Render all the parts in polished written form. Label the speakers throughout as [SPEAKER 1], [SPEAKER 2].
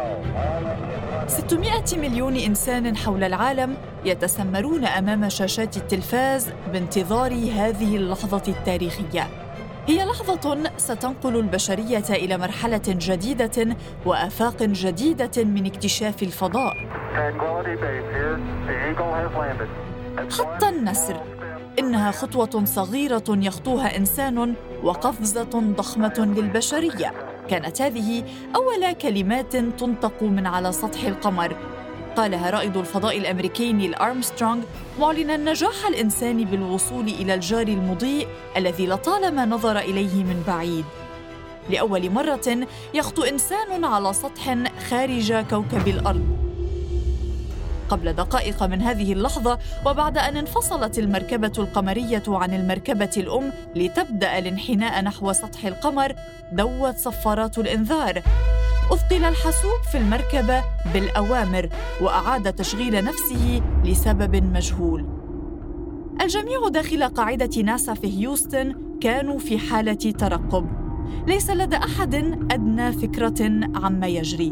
[SPEAKER 1] 600 مليون إنسان حول العالم يتسمرون أمام شاشات التلفاز بانتظار هذه اللحظة التاريخية. هي لحظة ستنقل البشرية إلى مرحلة جديدة وآفاق جديدة من اكتشاف الفضاء. حتى النسر، إنها خطوة صغيرة يخطوها إنسان وقفزة ضخمة للبشرية. كانت هذه أول كلمات تنطق من على سطح القمر، قالها رائد الفضاء الأمريكي نيل أرمسترونغ معلناً نجاح الإنسان بالوصول إلى الجار المضيء الذي لطالما نظر إليه من بعيد. لأول مرة يخطو إنسان على سطح خارج كوكب الأرض. قبل دقائق من هذه اللحظة، وبعد أن انفصلت المركبة القمرية عن المركبة الأم لتبدأ الانحناء نحو سطح القمر، دوت صفارات الإنذار. أثقل الحاسوب في المركبة بالأوامر وأعاد تشغيل نفسه لسبب مجهول. الجميع داخل قاعدة ناسا في هيوستن كانوا في حالة ترقب. ليس لدى أحد أدنى فكرة عما يجري.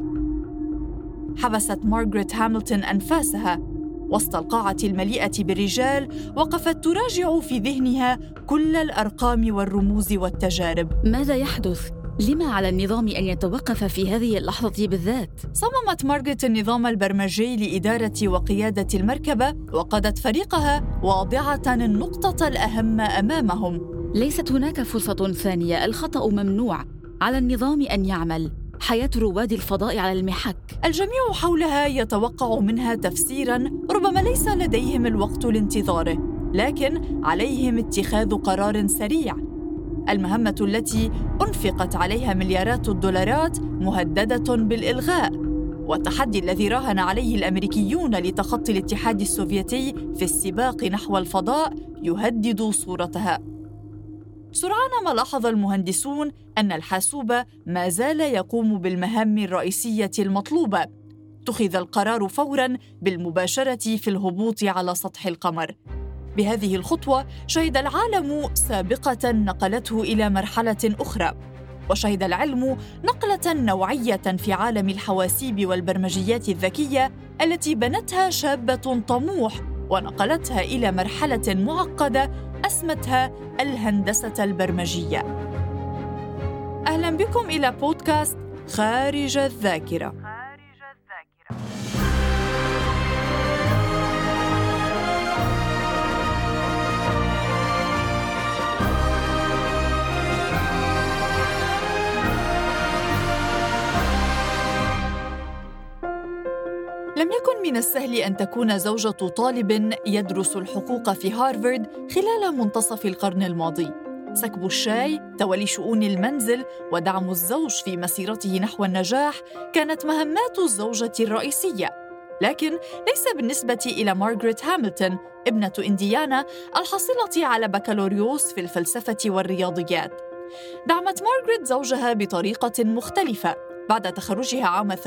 [SPEAKER 1] حبست مارغريت هاملتون أنفاسها وسط القاعة المليئة بالرجال، وقفت تراجع في ذهنها كل الأرقام والرموز والتجارب.
[SPEAKER 2] ماذا يحدث؟ لما على النظام أن يتوقف في هذه اللحظة بالذات؟
[SPEAKER 1] صممت مارغريت النظام البرمجي لإدارة وقيادة المركبة، وقادت فريقها واضعة النقطة الأهم أمامهم.
[SPEAKER 2] ليست هناك فرصة ثانية، الخطأ ممنوع، على النظام أن يعمل. حياة رواد الفضاء على المحك.
[SPEAKER 1] الجميع حولها يتوقع منها تفسيراً ربما ليس لديهم الوقت لانتظاره، لكن عليهم اتخاذ قرار سريع. المهمة التي أنفقت عليها مليارات الدولارات مهددة بالإلغاء، والتحدي الذي راهن عليه الأمريكيون لتخطي الاتحاد السوفيتي في السباق نحو الفضاء يهدد صورتها. سرعان ما لاحظ المهندسون أن الحاسوب ما زال يقوم بالمهام الرئيسية المطلوبة. اتخذ القرار فوراً بالمباشرة في الهبوط على سطح القمر. بهذه الخطوة شهد العالم سابقة نقلته إلى مرحلة أخرى، وشهد العلم نقلة نوعية في عالم الحواسيب والبرمجيات الذكية التي بنتها شابة طموح ونقلتها إلى مرحلة معقدة أسمتها الهندسة البرمجية. أهلاً بكم إلى بودكاست خارج الذاكرة. لم يكن من السهل أن تكون زوجة طالب يدرس الحقوق في هارفارد خلال منتصف القرن الماضي. سكب الشاي، تولي شؤون المنزل، ودعم الزوج في مسيرته نحو النجاح كانت مهمات الزوجة الرئيسية. لكن ليس بالنسبة إلى مارغريت هاملتون ابنة إنديانا الحاصلة على بكالوريوس في الفلسفة والرياضيات. دعمت مارغريت زوجها بطريقة مختلفة. بعد تخرجها عام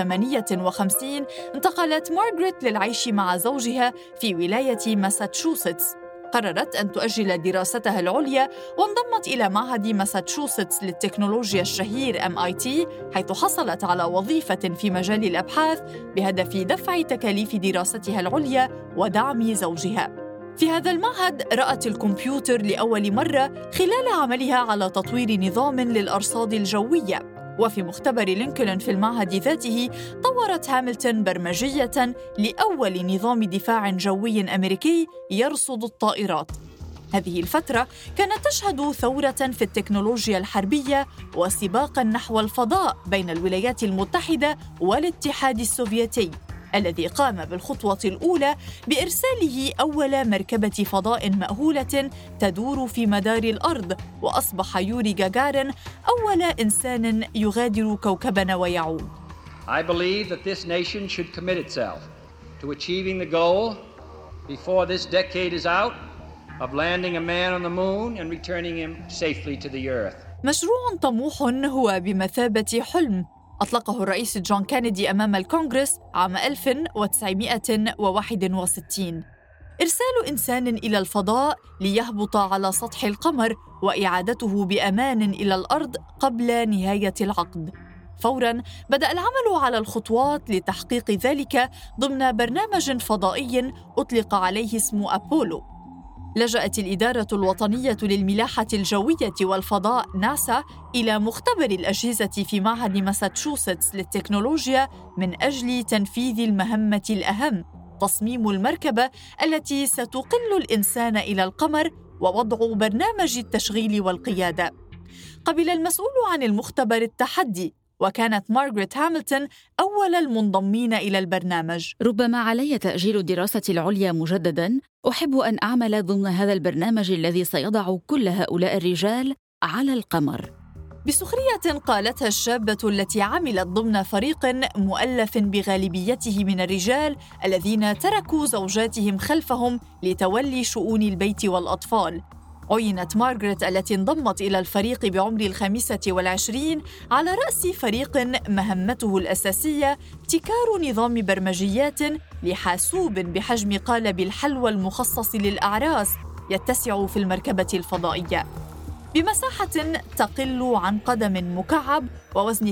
[SPEAKER 1] 58 انتقلت مارغريت للعيش مع زوجها في ولاية ماساتشوستس. قررت أن تؤجل دراستها العليا وانضمت إلى معهد ماساتشوستس للتكنولوجيا الشهير MIT، حيث حصلت على وظيفة في مجال الأبحاث بهدف دفع تكاليف دراستها العليا ودعم زوجها. في هذا المعهد رأت الكمبيوتر لأول مرة خلال عملها على تطوير نظام للأرصاد الجوية. وفي مختبر لينكولن في المعهد ذاته طورت هاملتون برمجية لأول نظام دفاع جوي أمريكي يرصد الطائرات. هذه الفترة كانت تشهد ثورة في التكنولوجيا الحربية وسباقاً نحو الفضاء بين الولايات المتحدة والاتحاد السوفيتي، الذي قام بالخطوة الأولى بإرساله أول مركبة فضاء مأهولة تدور في مدار الأرض، وأصبح يوري غاغارين أول إنسان يغادر كوكبنا ويعود.
[SPEAKER 3] I believe that this nation should commit itself to achieving the goal before this decade is out of landing a man on the moon and returning him safely to the earth.
[SPEAKER 1] مشروع طموح هو بمثابة حلم أطلقه الرئيس جون كينيدي أمام الكونغرس عام 1961: إرسال إنسان إلى الفضاء ليهبط على سطح القمر وإعادته بأمان إلى الأرض قبل نهاية العقد. فوراً بدأ العمل على الخطوات لتحقيق ذلك ضمن برنامج فضائي أطلق عليه اسم أبولو. لجأت الإدارة الوطنية للملاحة الجوية والفضاء ناسا إلى مختبر الأجهزة في معهد ماساتشوستس للتكنولوجيا من أجل تنفيذ المهمة الأهم، تصميم المركبة التي ستقل الإنسان إلى القمر ووضع برنامج التشغيل والقيادة. قبل المسؤول عن المختبر التحدي، وكانت مارغريت هاملتون أول المنضمين إلى البرنامج.
[SPEAKER 2] ربما علي تأجيل الدراسة العليا مجدداً. أحب أن أعمل ضمن هذا البرنامج الذي سيضع كل هؤلاء الرجال على القمر.
[SPEAKER 1] بسخرية قالتها الشابة التي عملت ضمن فريق مؤلف بغالبيته من الرجال الذين تركوا زوجاتهم خلفهم لتولي شؤون البيت والأطفال. عينت مارغريت التي انضمت إلى الفريق بعمر 25 على رأس فريق مهمته الأساسية ابتكار نظام برمجيات لحاسوب بحجم قالب الحلوى المخصص للأعراس يتسع في المركبة الفضائية بمساحة تقل عن قدم مكعب ووزن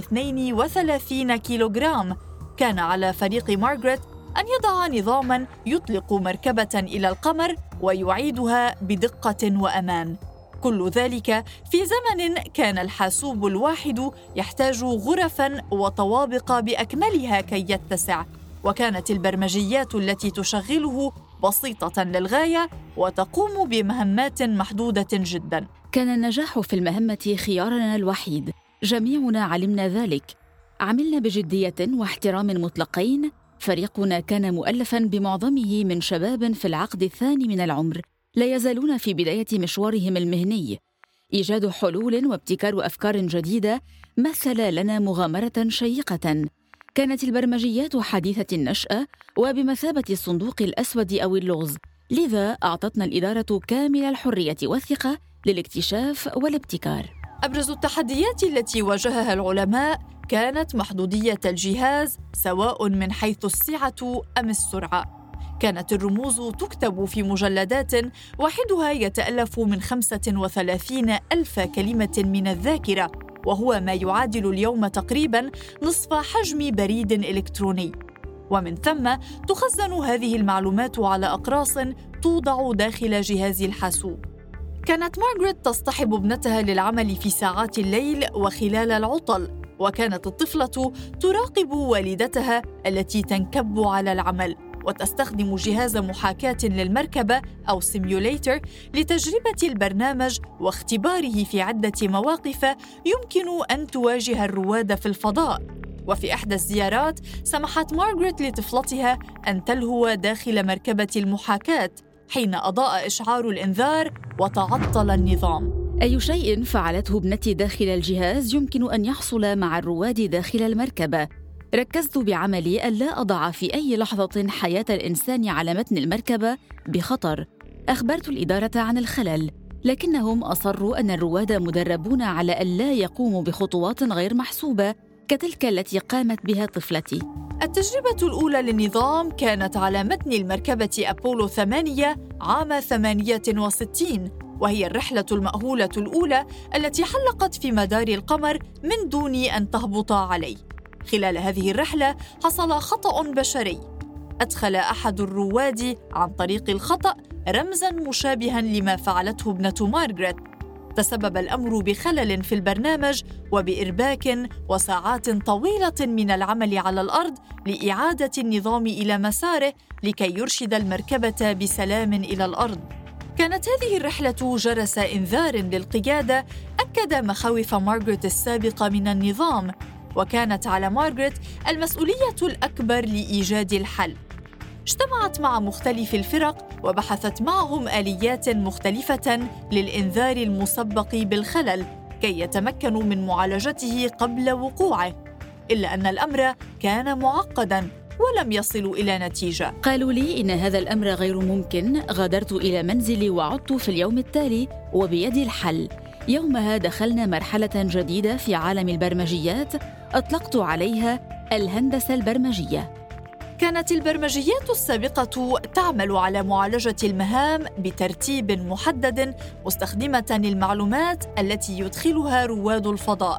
[SPEAKER 1] 32 كيلوغرام. كان على فريق مارغريت أن يضع نظاماً يطلق مركبة إلى القمر ويعيدها بدقة وأمان. كل ذلك في زمن كان الحاسوب الواحد يحتاج غرفاً وطوابق بأكملها كي يتسع، وكانت البرمجيات التي تشغله بسيطة للغاية وتقوم بمهمات محدودة جداً.
[SPEAKER 2] كان النجاح في المهمة خيارنا الوحيد، جميعنا علمنا ذلك. عملنا بجدية واحترام مطلقين. فريقنا كان مؤلفاً بمعظمه من شباب في العقد الثاني من العمر، لا يزالون في بداية مشوارهم المهني. إيجاد حلول وابتكار أفكار جديدة مثل لنا مغامرة شيقة. كانت البرمجيات حديثة النشأة وبمثابة الصندوق الأسود أو اللغز، لذا أعطتنا الإدارة كامل الحرية والثقة للاكتشاف والابتكار.
[SPEAKER 1] أبرز التحديات التي واجهها العلماء كانت محدودية الجهاز، سواء من حيث السعة أم السرعة. كانت الرموز تكتب في مجلدات واحدها يتألف من 35,000 كلمة من الذاكرة، وهو ما يعادل اليوم تقريباً نصف حجم بريد إلكتروني. ومن ثم تخزن هذه المعلومات على أقراص توضع داخل جهاز الحاسوب. كانت مارغريت تصطحب ابنتها للعمل في ساعات الليل وخلال العطل، وكانت الطفلة تراقب والدتها التي تنكب على العمل وتستخدم جهاز محاكاة للمركبة أو سيميوليتر لتجربة البرنامج واختباره في عدة مواقف يمكن أن تواجه الرواد في الفضاء. وفي إحدى الزيارات سمحت مارغريت لطفلتها أن تلهو داخل مركبة المحاكاة حين أضاء إشعار الإنذار وتعطل النظام.
[SPEAKER 2] أي شيء فعلته ابنتي داخل الجهاز يمكن أن يحصل مع الرواد داخل المركبة. ركزت بعملي ألا أضع في أي لحظة حياة الإنسان على متن المركبة بخطر. أخبرت الإدارة عن الخلل، لكنهم أصروا أن الرواد مدربون على ألا يقوموا بخطوات غير محسوبة كتلك التي قامت بها طفلتي.
[SPEAKER 1] التجربة الأولى للنظام كانت على متن المركبة أبولو 8 عام 68، وهي الرحلة المأهولة الأولى التي حلقت في مدار القمر من دون أن تهبط عليه. خلال هذه الرحلة حصل خطأ بشري. أدخل أحد الرواد عن طريق الخطأ رمزاً مشابهاً لما فعلته ابنة مارغريت. تسبب الأمر بخلل في البرنامج وبإرباك وساعات طويلة من العمل على الأرض لإعادة النظام إلى مساره لكي يرشد المركبة بسلام إلى الأرض. كانت هذه الرحلة جرس إنذار للقيادة أكد مخاوف مارغريت السابقة من النظام، وكانت على مارغريت المسؤولية الأكبر لإيجاد الحل. اجتمعت مع مختلف الفرق وبحثت معهم آليات مختلفة للإنذار المسبق بالخلل كي يتمكنوا من معالجته قبل وقوعه، إلا أن الأمر كان معقداً ولم يصلوا إلى نتيجة.
[SPEAKER 2] قالوا لي إن هذا الأمر غير ممكن. غادرت إلى منزلي وعدت في اليوم التالي وبيدي الحل. يومها دخلنا مرحلة جديدة في عالم البرمجيات أطلقت عليها الهندسة البرمجية.
[SPEAKER 1] كانت البرمجيات السابقة تعمل على معالجة المهام بترتيب محدد مستخدمة المعلومات التي يدخلها رواد الفضاء.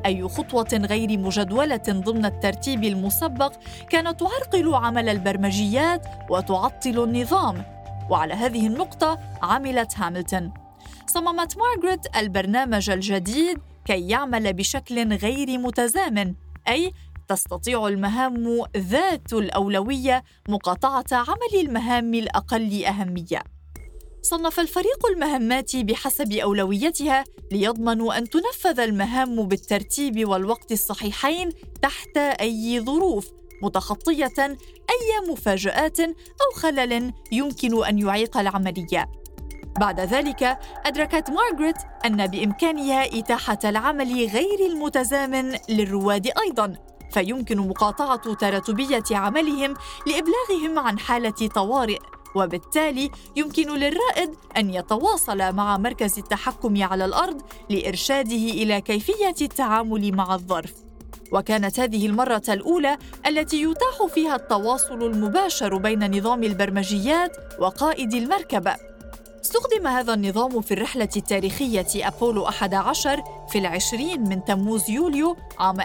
[SPEAKER 1] أي خطوة غير مجدولة ضمن الترتيب المسبق كانت تعرقل عمل البرمجيات وتعطل النظام. وعلى هذه النقطة عملت هاملتون. صممت مارغريت البرنامج الجديد كي يعمل بشكل غير متزامن، أي تستطيع المهام ذات الأولوية مقاطعة عمل المهام الأقل أهمية. صنف الفريق المهمات بحسب أولويتها ليضمنوا أن تنفذ المهام بالترتيب والوقت الصحيحين تحت أي ظروف، متخطية أي مفاجآت أو خلل يمكن أن يعيق العملية. بعد ذلك أدركت مارغريت أن بإمكانها إتاحة العمل غير المتزامن للرواد أيضاً، فيمكن مقاطعة تراتبية عملهم لإبلاغهم عن حالة طوارئ، وبالتالي يمكن للرائد أن يتواصل مع مركز التحكم على الأرض لإرشاده إلى كيفية التعامل مع الظرف. وكانت هذه المرة الأولى التي يتاح فيها التواصل المباشر بين نظام البرمجيات وقائد المركبة. استخدم هذا النظام في الرحلة التاريخية أبولو 11 في 20 من تموز يوليو عام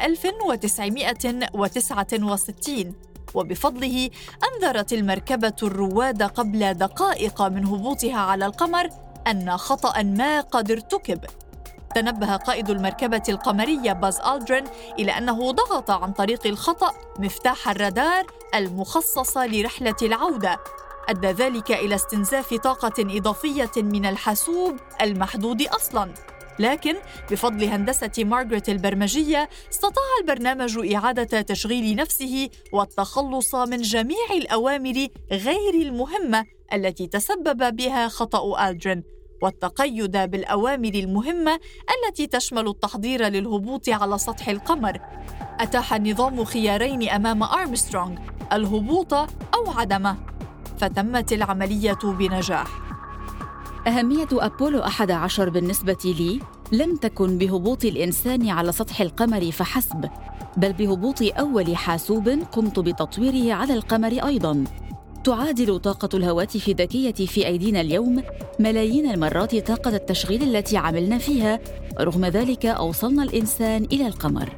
[SPEAKER 1] 1969، وبفضله أنذرت المركبة الرواد قبل دقائق من هبوطها على القمر أن خطأ ما قد ارتكب. تنبه قائد المركبة القمرية باز ألدرين إلى أنه ضغط عن طريق الخطأ مفتاح الرادار المخصص لرحلة العودة، أدى ذلك إلى استنزاف طاقة إضافية من الحاسوب المحدود أصلاً. لكن بفضل هندسة مارغريت البرمجية استطاع البرنامج إعادة تشغيل نفسه والتخلص من جميع الأوامر غير المهمة التي تسبب بها خطأ ألدرين، والتقيد بالأوامر المهمة التي تشمل التحضير للهبوط على سطح القمر. أتاح النظام خيارين أمام أرمسترونغ: الهبوط أو عدمه، فتمت العملية بنجاح.
[SPEAKER 2] أهمية أبولو 11 بالنسبة لي لم تكن بهبوط الإنسان على سطح القمر فحسب، بل بهبوط أول حاسوب قمت بتطويره على القمر أيضاً. تعادل طاقة الهواتف الذكية في أيدينا اليوم ملايين المرات طاقة التشغيل التي عملنا فيها، رغم ذلك أوصلنا الإنسان إلى القمر.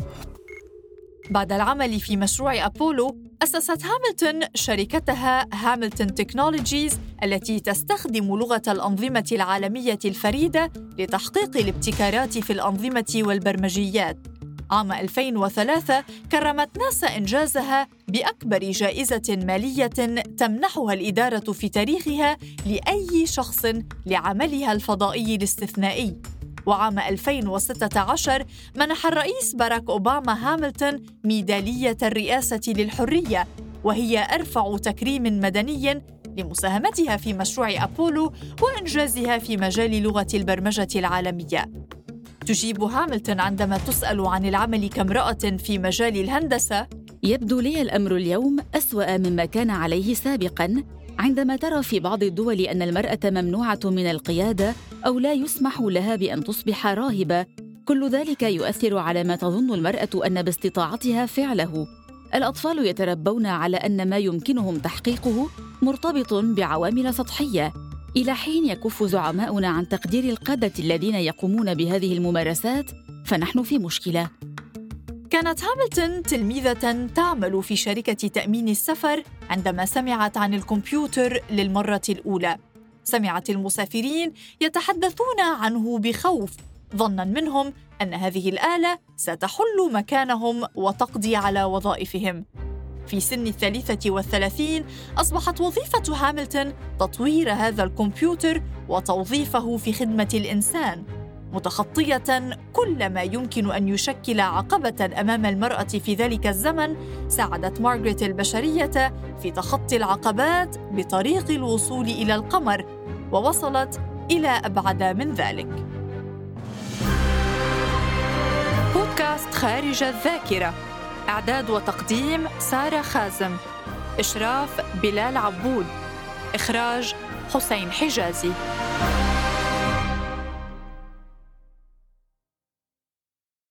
[SPEAKER 1] بعد العمل في مشروع أبولو، أسست هاملتون شركتها هاملتون تكنولوجيز التي تستخدم لغة الأنظمة العالمية الفريدة لتحقيق الابتكارات في الأنظمة والبرمجيات. عام 2003 كرمت ناسا إنجازها بأكبر جائزة مالية تمنحها الإدارة في تاريخها لأي شخص لعملها الفضائي الاستثنائي. وعام 2016 منح الرئيس باراك أوباما هاملتون ميدالية الرئاسة للحرية، وهي أرفع تكريم مدني لمساهمتها في مشروع أبولو وإنجازها في مجال لغة البرمجة العالمية. تجيب هاملتون عندما تسأل عن العمل كامرأة في مجال الهندسة:
[SPEAKER 2] يبدو لي الأمر اليوم أسوأ مما كان عليه سابقاً، عندما ترى في بعض الدول أن المرأة ممنوعة من القيادة أو لا يسمح لها بأن تصبح راهبة. كل ذلك يؤثر على ما تظن المرأة أن باستطاعتها فعله. الأطفال يتربون على أن ما يمكنهم تحقيقه مرتبط بعوامل سطحية، إلى حين يكف زعماؤنا عن تقدير القادة الذين يقومون بهذه الممارسات، فنحن في مشكلة.
[SPEAKER 1] كانت هاملتون تلميذة تعمل في شركة تأمين السفر عندما سمعت عن الكمبيوتر للمرة الأولى. سمعت المسافرين يتحدثون عنه بخوف، ظناً منهم أن هذه الآلة ستحل مكانهم وتقضي على وظائفهم. في سن 33 أصبحت وظيفة هاملتون تطوير هذا الكمبيوتر وتوظيفه في خدمة الإنسان، متخطية كل ما يمكن أن يشكل عقبة أمام المرأة في ذلك الزمن. ساعدت مارغريت البشرية في تخطي العقبات بطريق الوصول إلى القمر، ووصلت إلى أبعد من ذلك. بودكاست خارج الذاكرة، إعداد وتقديم سارة خازم، إشراف بلال عبود، إخراج حسين حجازي.